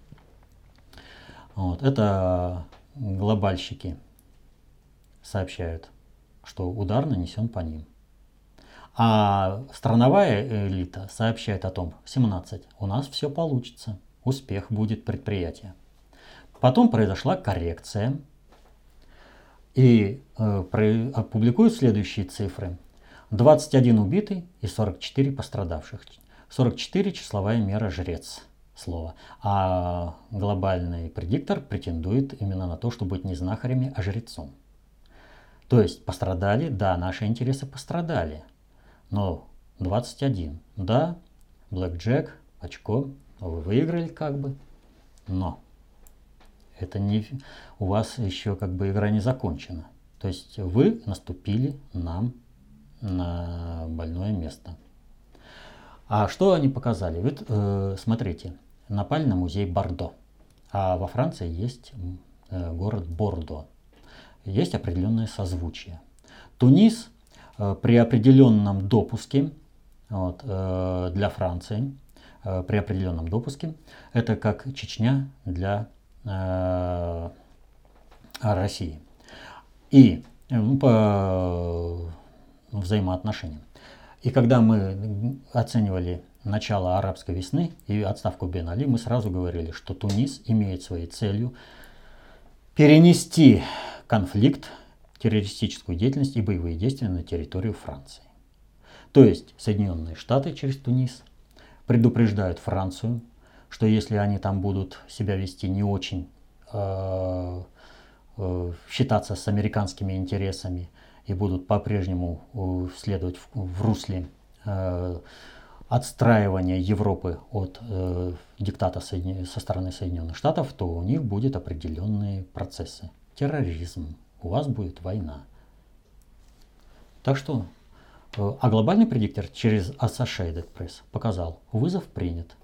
Вот, это глобальщики сообщают, что удар нанесен по ним. А страновая элита сообщает о том, семнадцать, у нас все получится, успех будет предприятия. Потом произошла коррекция, и э, про, опубликуют следующие цифры. двадцать один убитый и сорок четыре пострадавших. сорок четыре числовая мера жрец слова. А глобальный предиктор претендует именно на то, чтобы быть не знахарями, а жрецом. То есть пострадали, да, наши интересы пострадали. Но двадцать один, да, блэкджек, очко, вы выиграли как бы. Но это не, у вас еще как бы игра не закончена. То есть вы наступили нам на больное место. А что они показали? Вот, э, смотрите, напали на музей Бордо. А во Франции есть э, город Бордо. Есть определенное созвучие. Тунис э, при определенном допуске вот, э, для Франции, э, при определенном допуске, это как Чечня для э, России. И э, по взаимоотношениям. И когда мы оценивали начало арабской весны и отставку Бен Али, мы сразу говорили, что Тунис имеет своей целью перенести конфликт, террористическую деятельность и боевые действия на территорию Франции. То есть Соединенные Штаты через Тунис предупреждают Францию, что если они там будут себя вести не очень, э, э, считаться с американскими интересами, и будут по-прежнему следовать в, в русле э, отстраивания Европы от э, диктата Соедин... со стороны Соединенных Штатов, то у них будут определенные процессы. Терроризм, у вас будет война. Так что, э, а глобальный предиктор через Associated Press показал, вызов принят.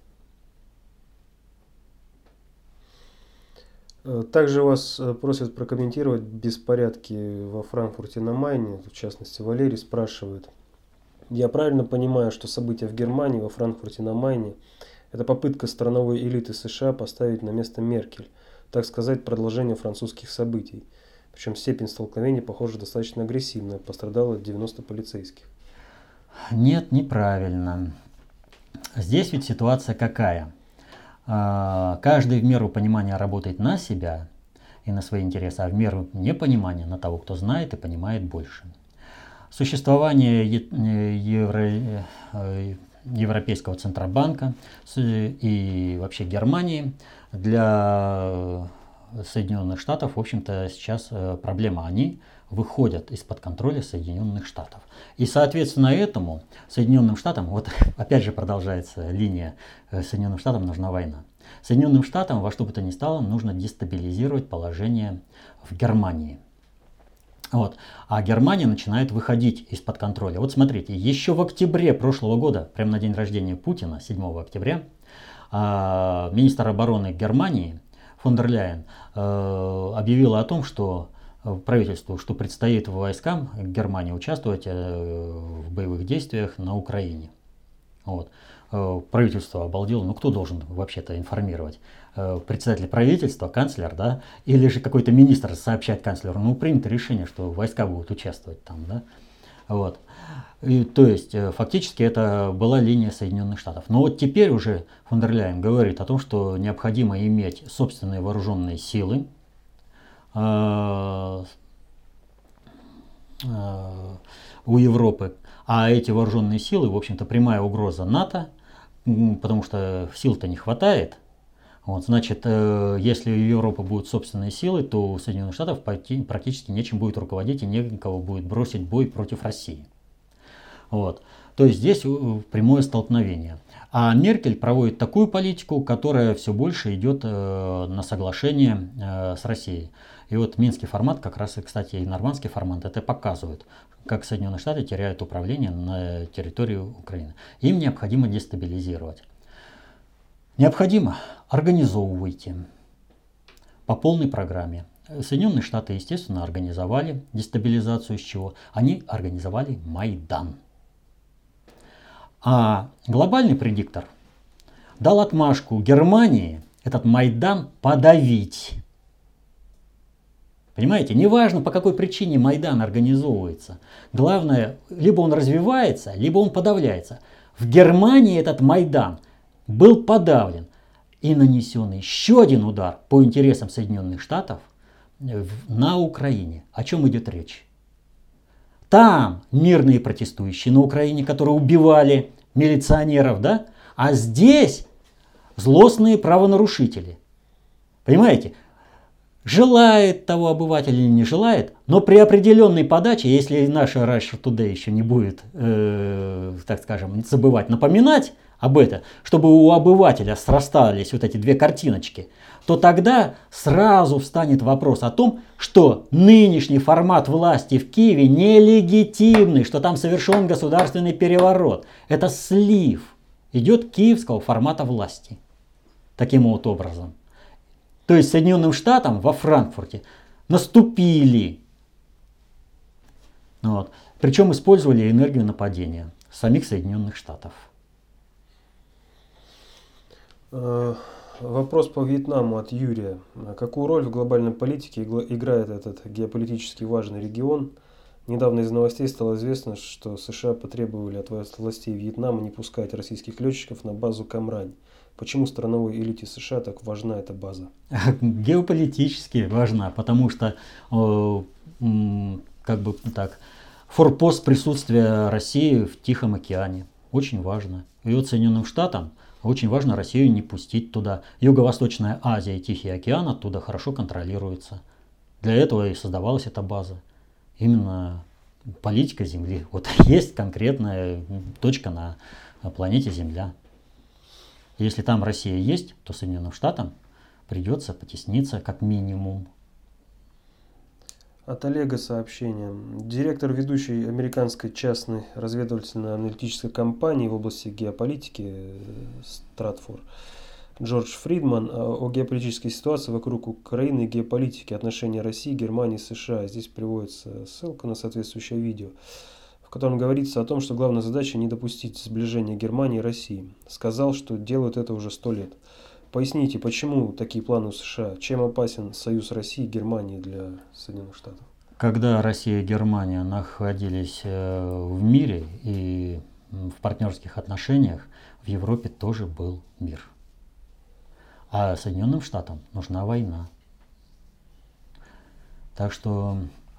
Также вас просят прокомментировать беспорядки во Франкфурте на Майне. В частности, Валерий спрашивает. Я правильно понимаю, что события в Германии, во Франкфурте на Майне, это попытка страновой элиты США поставить на место Меркель, так сказать, продолжение французских событий. Причем степень столкновения, похоже, достаточно агрессивная. Пострадало девяносто полицейских. Нет, неправильно. Здесь ведь ситуация какая? Каждый в меру понимания работает на себя и на свои интересы, а в меру непонимания на того, кто знает и понимает больше. Существование Евро... Европейского Центробанка и вообще Германии для Соединенных Штатов, в общем-то, сейчас проблема. Они выходят из-под контроля Соединенных Штатов. И, соответственно, этому Соединенным Штатам, вот опять же продолжается линия, Соединенным Штатам нужна война. Соединенным Штатам во что бы то ни стало нужно дестабилизировать положение в Германии. Вот. А Германия начинает выходить из-под контроля. Вот смотрите, еще в октябре прошлого года, прямо на день рождения Путина, седьмого октября, министр обороны Германии фон дер Ляйен объявила о том, что правительству, что предстоит войскам Германии участвовать в боевых действиях на Украине. Вот. Правительство обалдело, ну кто должен вообще-то информировать? Председатель правительства, канцлер, да? Или же какой-то министр сообщать канцлеру, ну принято решение, что войска будут участвовать там, да? Вот. И, то есть фактически это была линия Соединенных Штатов. Но вот теперь уже фон дер Ляйен говорит о том, что необходимо иметь собственные вооруженные силы, у Европы, а эти вооруженные силы, в общем-то, прямая угроза НАТО, потому что сил-то не хватает, Вот, значит, э, если у Европы будут собственные силы, то у Соединенных Штатов практически нечем будет руководить и некого будет бросить бой против России. Вот. То есть здесь прямое столкновение. А Меркель проводит такую политику, которая все больше идет э, на соглашение э, с Россией. И вот Минский формат, как раз, и, кстати, и нормандский формат, это показывают, как Соединенные Штаты теряют управление на территории Украины. Им необходимо дестабилизировать. Необходимо, организовывайте по полной программе. Соединенные Штаты, естественно, организовали дестабилизацию, с чего? Они организовали Майдан. А глобальный предиктор дал отмашку Германии этот Майдан подавить. Понимаете, неважно, по какой причине Майдан организовывается. Главное, либо он развивается, либо он подавляется. В Германии этот Майдан был подавлен и нанесен еще один удар по интересам Соединенных Штатов на Украине. О чем идет речь? Там мирные протестующие на Украине, которые убивали милиционеров, да? А здесь злостные правонарушители. Понимаете? Желает того обыватель или не желает, но при определенной подаче, если наша Russia Today еще не будет, э, так скажем, забывать напоминать об этом, чтобы у обывателя срастались вот эти две картиночки, то тогда сразу встанет вопрос о том, что нынешний формат власти в Киеве нелегитимный, что там совершен государственный переворот. Это слив идет киевского формата власти. Таким вот образом. То есть Соединенным Штатам во Франкфурте наступили. Вот. Причем использовали энергию нападения самих Соединенных Штатов. Вопрос по Вьетнаму от Юрия. Какую роль в глобальной политике играет этот геополитически важный регион? Недавно из новостей стало известно, что США потребовали от властей Вьетнама не пускать российских летчиков на базу Камрань. Почему страновой элите США так важна эта база? Геополитически важна, потому что э, как бы так, форпост присутствия России в Тихом океане очень важно. И вот Соединенным Штатам очень важно Россию не пустить туда. Юго-Восточная Азия и Тихий океан оттуда хорошо контролируются. Для этого и создавалась эта база. Именно политика Земли. Вот есть конкретная точка на планете Земля. Если там Россия есть, то Соединенным Штатам придется потесниться как минимум. От Олега сообщение. Директор ведущей американской частной разведывательно-аналитической компании в области геополитики Стратфор Джордж Фридман о геополитической ситуации вокруг Украины и геополитике отношений России, Германии и США. Здесь приводится ссылка на соответствующее видео, в котором говорится о том, что главная задача не допустить сближения Германии и России. Сказал, что делают это уже сто лет. Поясните, почему такие планы у США? Чем опасен союз России и Германии для Соединенных Штатов? Когда Россия и Германия находились в мире и в партнерских отношениях, в Европе тоже был мир. А Соединенным Штатам нужна война. Так что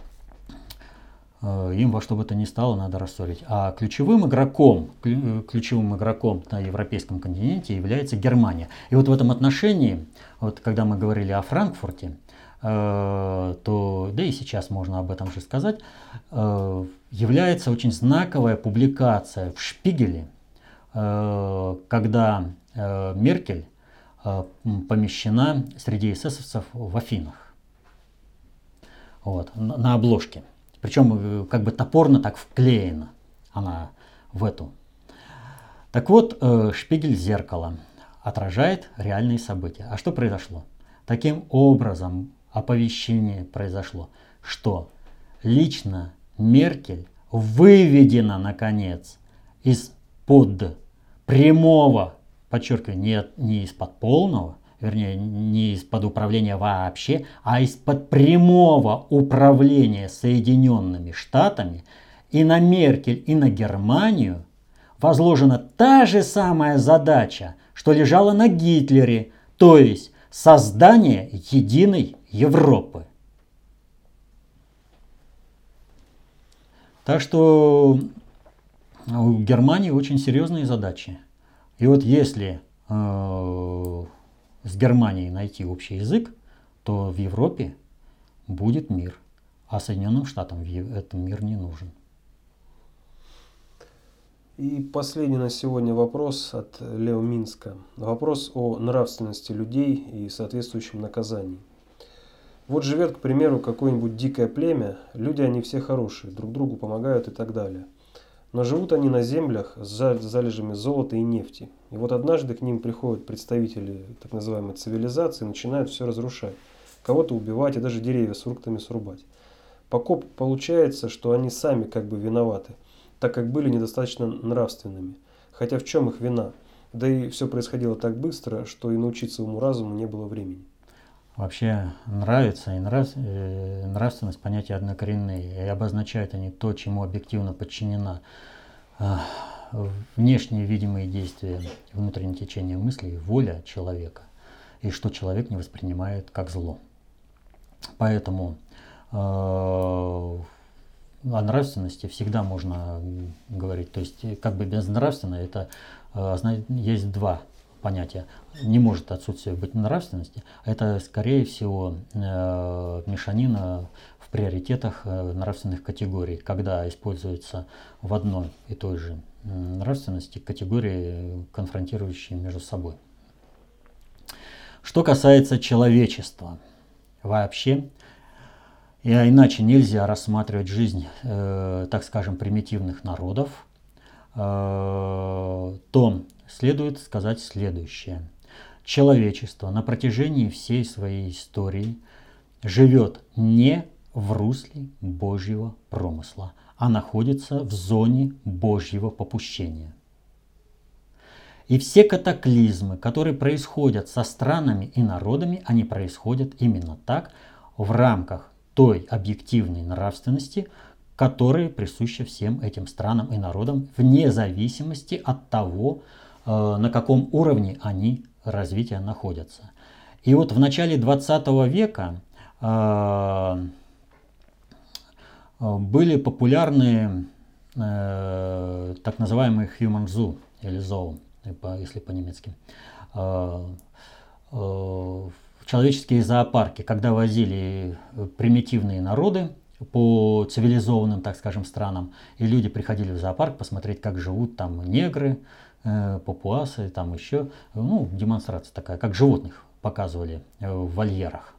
им во что бы то ни стало надо рассорить. А ключевым игроком, ключевым игроком на европейском континенте является Германия. И вот в этом отношении, вот когда мы говорили о Франкфурте, то, да и сейчас можно об этом же сказать, является очень знаковая публикация в Шпигеле, когда Меркель помещена среди эсэсовцев в Афинах. Вот, на обложке. Причем как бы топорно так вклеена она в эту. Так вот, Шпигель зеркало отражает реальные события. А что произошло? Таким образом оповещение произошло, что лично Меркель выведена, наконец, из-под прямого, подчеркиваю, не, не из-под полного, вернее, не из-под управления вообще, а из-под прямого управления Соединенными Штатами, и на Меркель, и на Германию возложена та же самая задача, что лежала на Гитлере, то есть создание единой Европы. Так что у Германии очень серьезные задачи. И вот если э, с Германией найти общий язык, то в Европе будет мир, а Соединенным Штатам этот мир не нужен. И последний на сегодня вопрос от Лео Минска. Вопрос о нравственности людей и соответствующем наказании. Вот живет, к примеру, какое-нибудь дикое племя, люди они все хорошие, друг другу помогают и так далее. Но живут они на землях с залежами золота и нефти. И вот однажды к ним приходят представители так называемой цивилизации и начинают все разрушать. Кого-то убивать и даже деревья с фруктами срубать. Покоп получается, что они сами как бы виноваты, так как были недостаточно нравственными. Хотя в чем их вина? Да и все происходило так быстро, что и научиться уму-разуму не было времени. Вообще нравится и нрав... нравственность понятия однокоренные, и обозначают они то, чему объективно подчинена э, внешние видимые действия, внутреннее течение мыслей, воля человека, и что человек не воспринимает как зло. Поэтому э, о нравственности всегда можно говорить. То есть как бы безнравственно это э, есть два понятия. Не может отсутствие быть нравственности. Это, скорее всего, э, мешанина в приоритетах э, нравственных категорий, когда используются в одной и той же нравственности категории, конфронтирующие между собой. Что касается человечества, вообще, и иначе нельзя рассматривать жизнь, э, так скажем, примитивных народов, э, то следует сказать следующее. Человечество на протяжении всей своей истории живет не в русле Божьего промысла, а находится в зоне Божьего попущения. И все катаклизмы, которые происходят со странами и народами, они происходят именно так, в рамках той объективной нравственности, которая присуща всем этим странам и народам, вне зависимости от того, на каком уровне они развития находятся. И вот в начале двадцатого века э, были популярны э, так называемые human zoo, или zoo, если по-немецки, э, э, человеческие зоопарки, когда возили примитивные народы по цивилизованным, так скажем, странам, и люди приходили в зоопарк посмотреть, как живут там негры, папуасы, там еще, ну, демонстрация такая, как животных показывали в вольерах.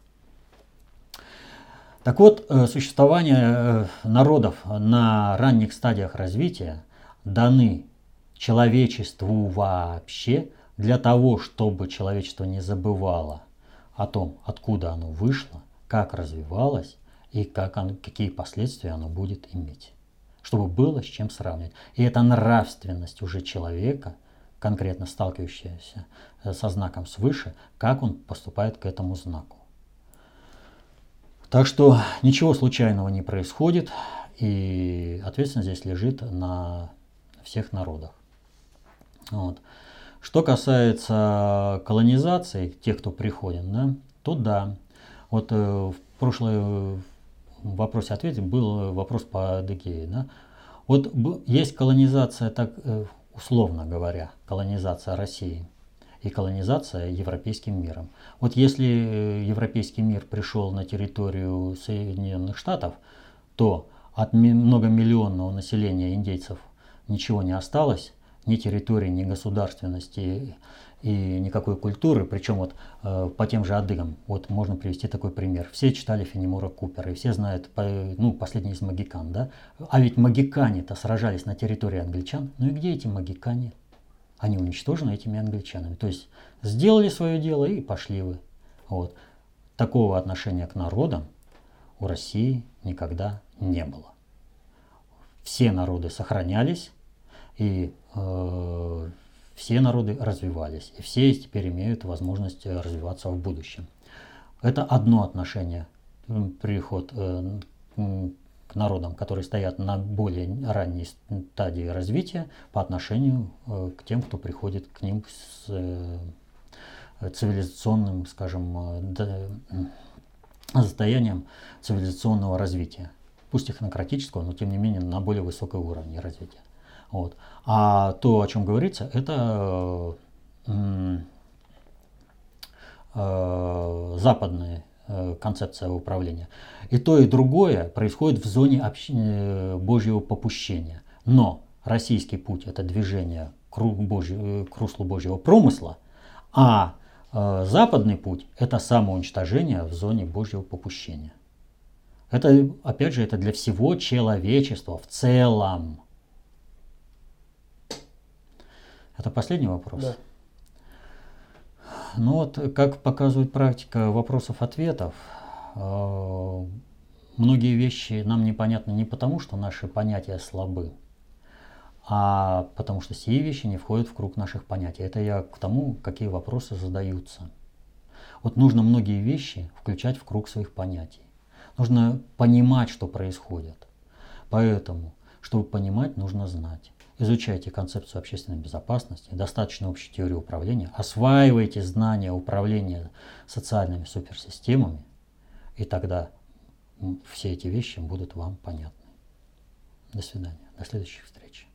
Так вот, существование народов на ранних стадиях развития даны человечеству вообще для того, чтобы человечество не забывало о том, откуда оно вышло, как развивалось и как оно, какие последствия оно будет иметь. Чтобы было с чем сравнивать. И это нравственность уже человека, конкретно сталкивающаяся со знаком свыше, как он поступает к этому знаку. Так что ничего случайного не происходит, и ответственность здесь лежит на всех народах. Вот. Что касается колонизации, тех, кто приходит, да, то да. Вот э, в прошлой в вопросе-ответе был вопрос по Адыгее. Да? Вот есть колонизация, так условно говоря, колонизация России и колонизация европейским миром. Вот если европейский мир пришел на территорию Соединенных Штатов, то от многомиллионного населения индейцев ничего не осталось, ни территории, ни государственности и никакой культуры. Причем вот э, по тем же адыгам, вот можно привести такой пример. Все читали Фенемора Купера, и все знают, по, ну, последний из магикан, да? А ведь магикане-то сражались на территории англичан. Ну и где эти магикане? Они уничтожены этими англичанами. То есть сделали свое дело и пошли вы. Вот. Такого отношения к народам у России никогда не было. Все народы сохранялись, и э, все народы развивались, и все теперь имеют возможность развиваться в будущем. Это одно отношение, приход э, к народам, которые стоят на более ранней стадии развития по отношению э, к тем, кто приходит к ним с э, цивилизационным, скажем, э, состоянием цивилизационного развития. Пусть технократического, но тем не менее на более высокой уровне развития. Вот. А то, о чем говорится, это э, э, западная э, концепция управления. И то, и другое происходит в зоне общ... э, Божьего попущения. Но российский путь – это движение к, Божий, к руслу Божьего промысла, а э, западный путь – это самоуничтожение в зоне Божьего попущения. Это, опять же, это для всего человечества в целом. Это последний вопрос? Да. Ну вот, как показывает практика вопросов-ответов, э, многие вещи нам непонятны не потому, что наши понятия слабы, а потому что сие вещи не входят в круг наших понятий. Это я к тому, какие вопросы задаются. Вот нужно многие вещи включать в круг своих понятий. Нужно понимать, что происходит. Поэтому, чтобы понимать, нужно знать. Изучайте концепцию общественной безопасности, достаточно общую теорию управления, осваивайте знания управления социальными суперсистемами, и тогда все эти вещи будут вам понятны. До свидания. До следующих встреч.